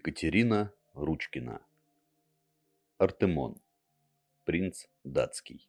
Екатерина Ручкина. Артемон. Принц датский.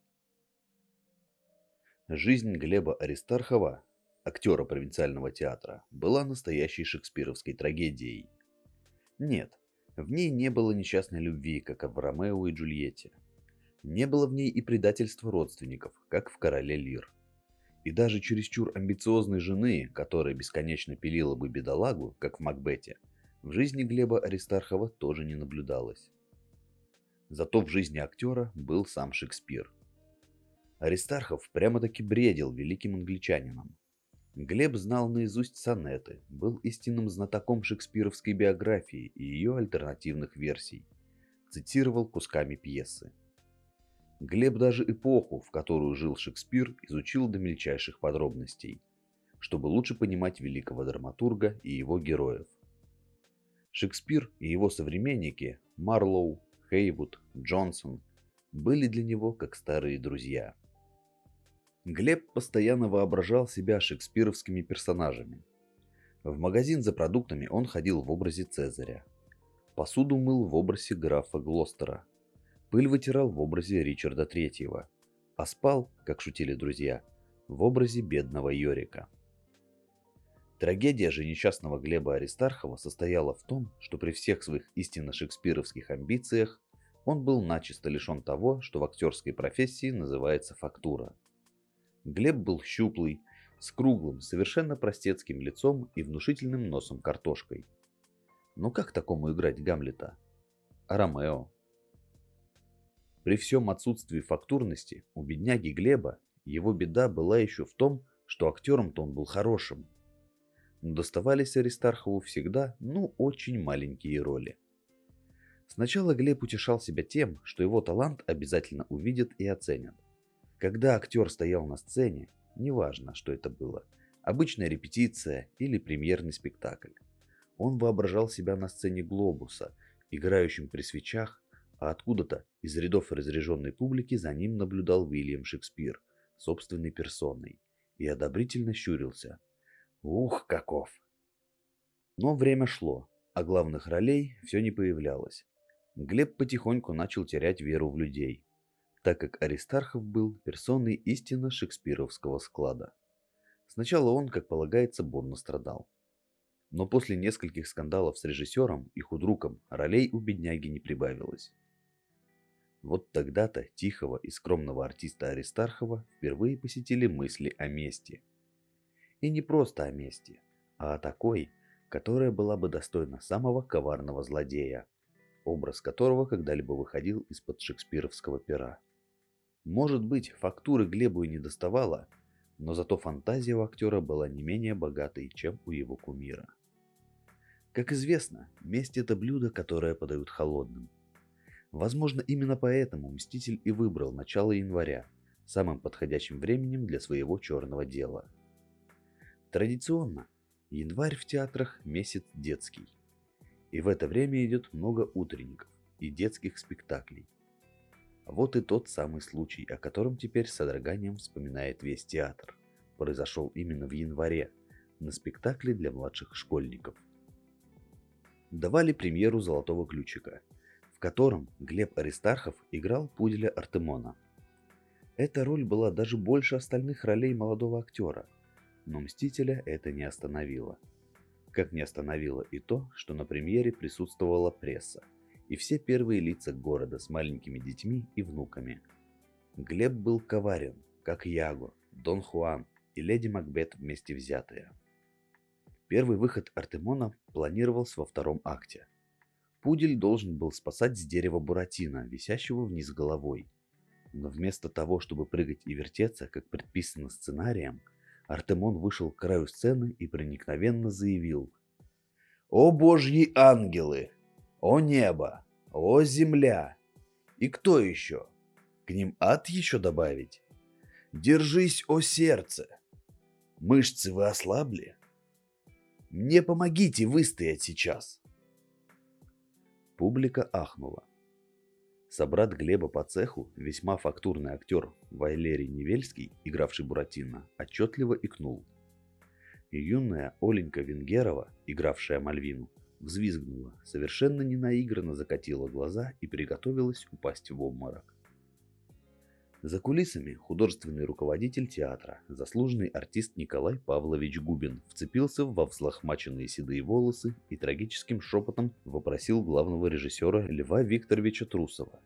Жизнь Глеба Аристархова, актера провинциального театра, была настоящей шекспировской трагедией. Нет, в ней не было несчастной любви, как в Ромео и Джульетте. Не было в ней и предательства родственников, как в «Короле Лир». И даже чересчур амбициозной жены, которая бесконечно пилила бы бедолагу, как в Макбете, в жизни Глеба Аристархова тоже не наблюдалось. Зато в жизни актера был сам Шекспир. Аристархов прямо-таки бредил великим англичанином. Глеб знал наизусть сонеты, был истинным знатоком шекспировской биографии и ее альтернативных версий, цитировал кусками пьесы. Глеб даже эпоху, в которую жил Шекспир, изучил до мельчайших подробностей, чтобы лучше понимать великого драматурга и его героев. Шекспир и его современники Марлоу, Хейвуд, Джонсон были для него как старые друзья. Глеб постоянно воображал себя шекспировскими персонажами. В магазин за продуктами он ходил в образе Цезаря, посуду мыл в образе графа Глостера, пыль вытирал в образе Ричарда III, а спал, как шутили друзья, в образе бедного Йорика. Трагедия же несчастного Глеба Аристархова состояла в том, что при всех своих истинно шекспировских амбициях он был начисто лишен того, что в актерской профессии называется фактура. Глеб был щуплый, с круглым, совершенно простецким лицом и внушительным носом картошкой. Но как такому играть Гамлета? А Ромео? При всем отсутствии фактурности у бедняги Глеба его беда была еще в том, что актером-то он был хорошим. Но доставались Аристархову всегда, очень маленькие роли. Сначала Глеб утешал себя тем, что его талант обязательно увидят и оценят. Когда актер стоял на сцене, неважно, что это было, обычная репетиция или премьерный спектакль, он воображал себя на сцене глобуса, играющим при свечах, а откуда-то из рядов разряженной публики за ним наблюдал Уильям Шекспир собственной персоной и одобрительно щурился. Ух, каков! Но время шло, а главных ролей все не появлялось. Глеб потихоньку начал терять веру в людей, так как Аристархов был персоной истинно шекспировского склада. Сначала он, как полагается, бурно страдал. Но после нескольких скандалов с режиссером и худруком ролей у бедняги не прибавилось. Вот тогда-то тихого и скромного артиста Аристархова впервые посетили мысли о мести. И не просто о мести, а о такой, которая была бы достойна самого коварного злодея, образ которого когда-либо выходил из-под шекспировского пера. Может быть, фактуры Глебу и не доставало, но зато фантазия у актера была не менее богатой, чем у его кумира. Как известно, месть – это блюдо, которое подают холодным. Возможно, именно поэтому Мститель и выбрал начало января самым подходящим временем для своего черного дела. Традиционно январь в театрах месяц детский, и в это время идет много утренников и детских спектаклей. Вот и тот самый случай, о котором теперь с содроганием вспоминает весь театр, произошел именно в январе, на спектакле для младших школьников. Давали премьеру «Золотого ключика», в котором Глеб Аристархов играл пуделя Артемона. Эта роль была даже больше остальных ролей молодого актера, но Мстителя это не остановило. Как не остановило и то, что на премьере присутствовала пресса и все первые лица города с маленькими детьми и внуками. Глеб был коварен, как Яго, Дон Хуан и леди Макбет вместе взятые. Первый выход Артемона планировался во втором акте. Пудель должен был спасать с дерева Буратино, висящего вниз головой. Но вместо того, чтобы прыгать и вертеться, как предписано сценарием, Артемон вышел к краю сцены и проникновенно заявил: «О божьи ангелы! О небо! О земля! И кто еще? К ним ад еще добавить? Держись, о сердце! Мышцы вы ослабли? Мне помогите выстоять сейчас!» Публика ахнула. Собрат Глеба по цеху, весьма фактурный актер Валерий Невельский, игравший Буратино, отчетливо икнул. И юная Оленька Венгерова, игравшая Мальвину, взвизгнула, совершенно ненаигранно закатила глаза и приготовилась упасть в обморок. За кулисами художественный руководитель театра, заслуженный артист Николай Павлович Губин, вцепился во взлохмаченные седые волосы и трагическим шепотом вопросил главного режиссера Льва Викторовича Трусова.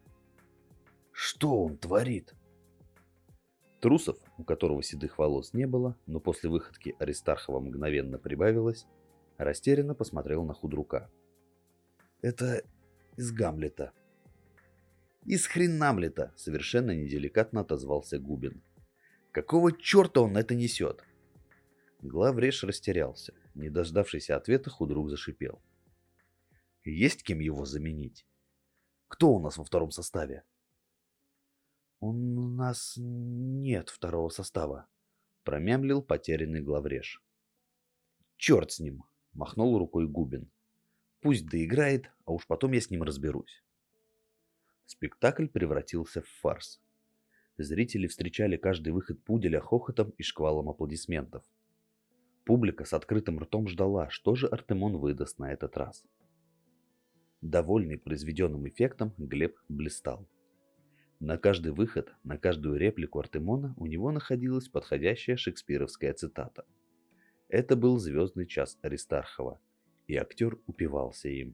«Что он творит?» Трусов, у которого седых волос не было, но после выходки Аристархова мгновенно прибавилось, растерянно посмотрел на худрука. «Это из Гамлета». «Из Хренамлета!» — совершенно неделикатно отозвался Губин. «Какого черта он это несет?» Главреж растерялся. Не дождавшийся ответа, худрук зашипел. «Есть кем его заменить? Кто у нас во втором составе?» «У нас нет второго состава», — промямлил потерянный главреж. «Черт с ним!» — махнул рукой Губин. «Пусть доиграет, а уж потом я с ним разберусь». Спектакль превратился в фарс. Зрители встречали каждый выход пуделя хохотом и шквалом аплодисментов. Публика с открытым ртом ждала, что же Артемон выдаст на этот раз. Довольный произведенным эффектом, Глеб блистал. На каждый выход, на каждую реплику Артемона у него находилась подходящая шекспировская цитата. Это был звездный час Аристархова, и актер упивался им.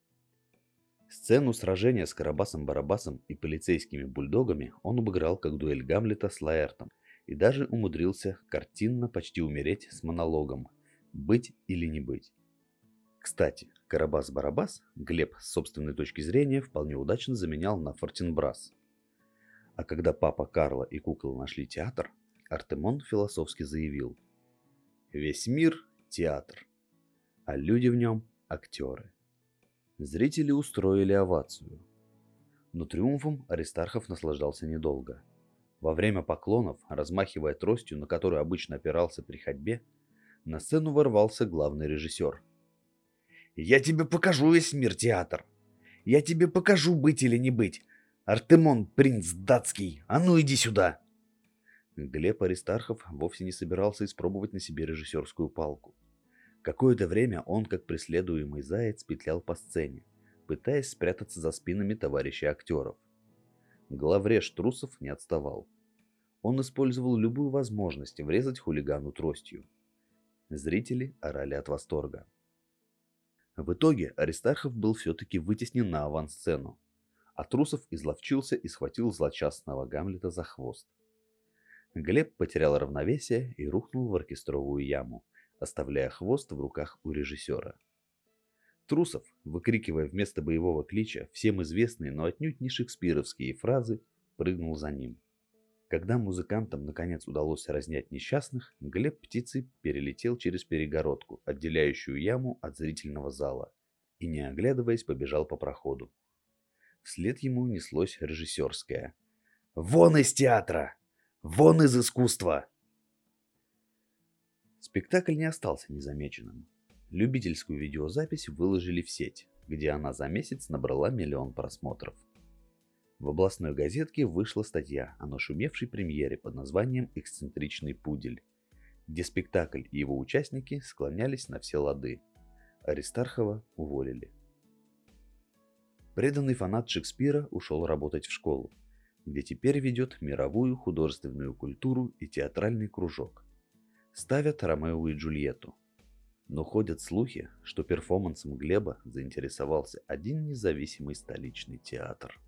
Сцену сражения с Карабасом-Барабасом и полицейскими бульдогами он обыграл как дуэль Гамлета с Лаэртом и даже умудрился картинно почти умереть с монологом «Быть или не быть». Кстати, Карабас-Барабас Глеб с собственной точки зрения вполне удачно заменял на Фортинбрас. А когда папа Карла и кукол нашли театр, Артемон философски заявил: «Весь мир – театр, а люди в нем – актеры». Зрители устроили овацию. Но триумфом Аристархов наслаждался недолго. Во время поклонов, размахивая тростью, на которую обычно опирался при ходьбе, на сцену ворвался главный режиссер. «Я тебе покажу весь мир, театр! Я тебе покажу, быть или не быть! Артемон, принц датский, а ну иди сюда!» Глеб Аристархов вовсе не собирался испробовать на себе режиссерскую палку. Какое-то время он, как преследуемый заяц, петлял по сцене, пытаясь спрятаться за спинами товарищей актеров. Главреж Трусов не отставал. Он использовал любую возможность врезать хулигану тростью. Зрители орали от восторга. В итоге Аристархов был все-таки вытеснен на авансцену, а Трусов изловчился и схватил злочастного Гамлета за хвост. Глеб потерял равновесие и рухнул в оркестровую яму, оставляя хвост в руках у режиссера. Трусов, выкрикивая вместо боевого клича всем известные, но отнюдь не шекспировские фразы, прыгнул за ним. Когда музыкантам наконец удалось разнять несчастных, Глеб птицей перелетел через перегородку, отделяющую яму от зрительного зала, и, не оглядываясь, побежал по проходу. Вслед ему неслось режиссерское: «Вон из театра! Вон из искусства!» Спектакль не остался незамеченным. Любительскую видеозапись выложили в сеть, где она за месяц набрала 1 000 000 просмотров. В областной газетке вышла статья о нашумевшей премьере под названием «Эксцентричный пудель», где спектакль и его участники склонялись на все лады. Аристархова уволили. Преданный фанат Шекспира ушел работать в школу, где теперь ведет мировую художественную культуру и театральный кружок. Ставят Ромео и Джульетту. Но ходят слухи, что перформансом Глеба заинтересовался один независимый столичный театр.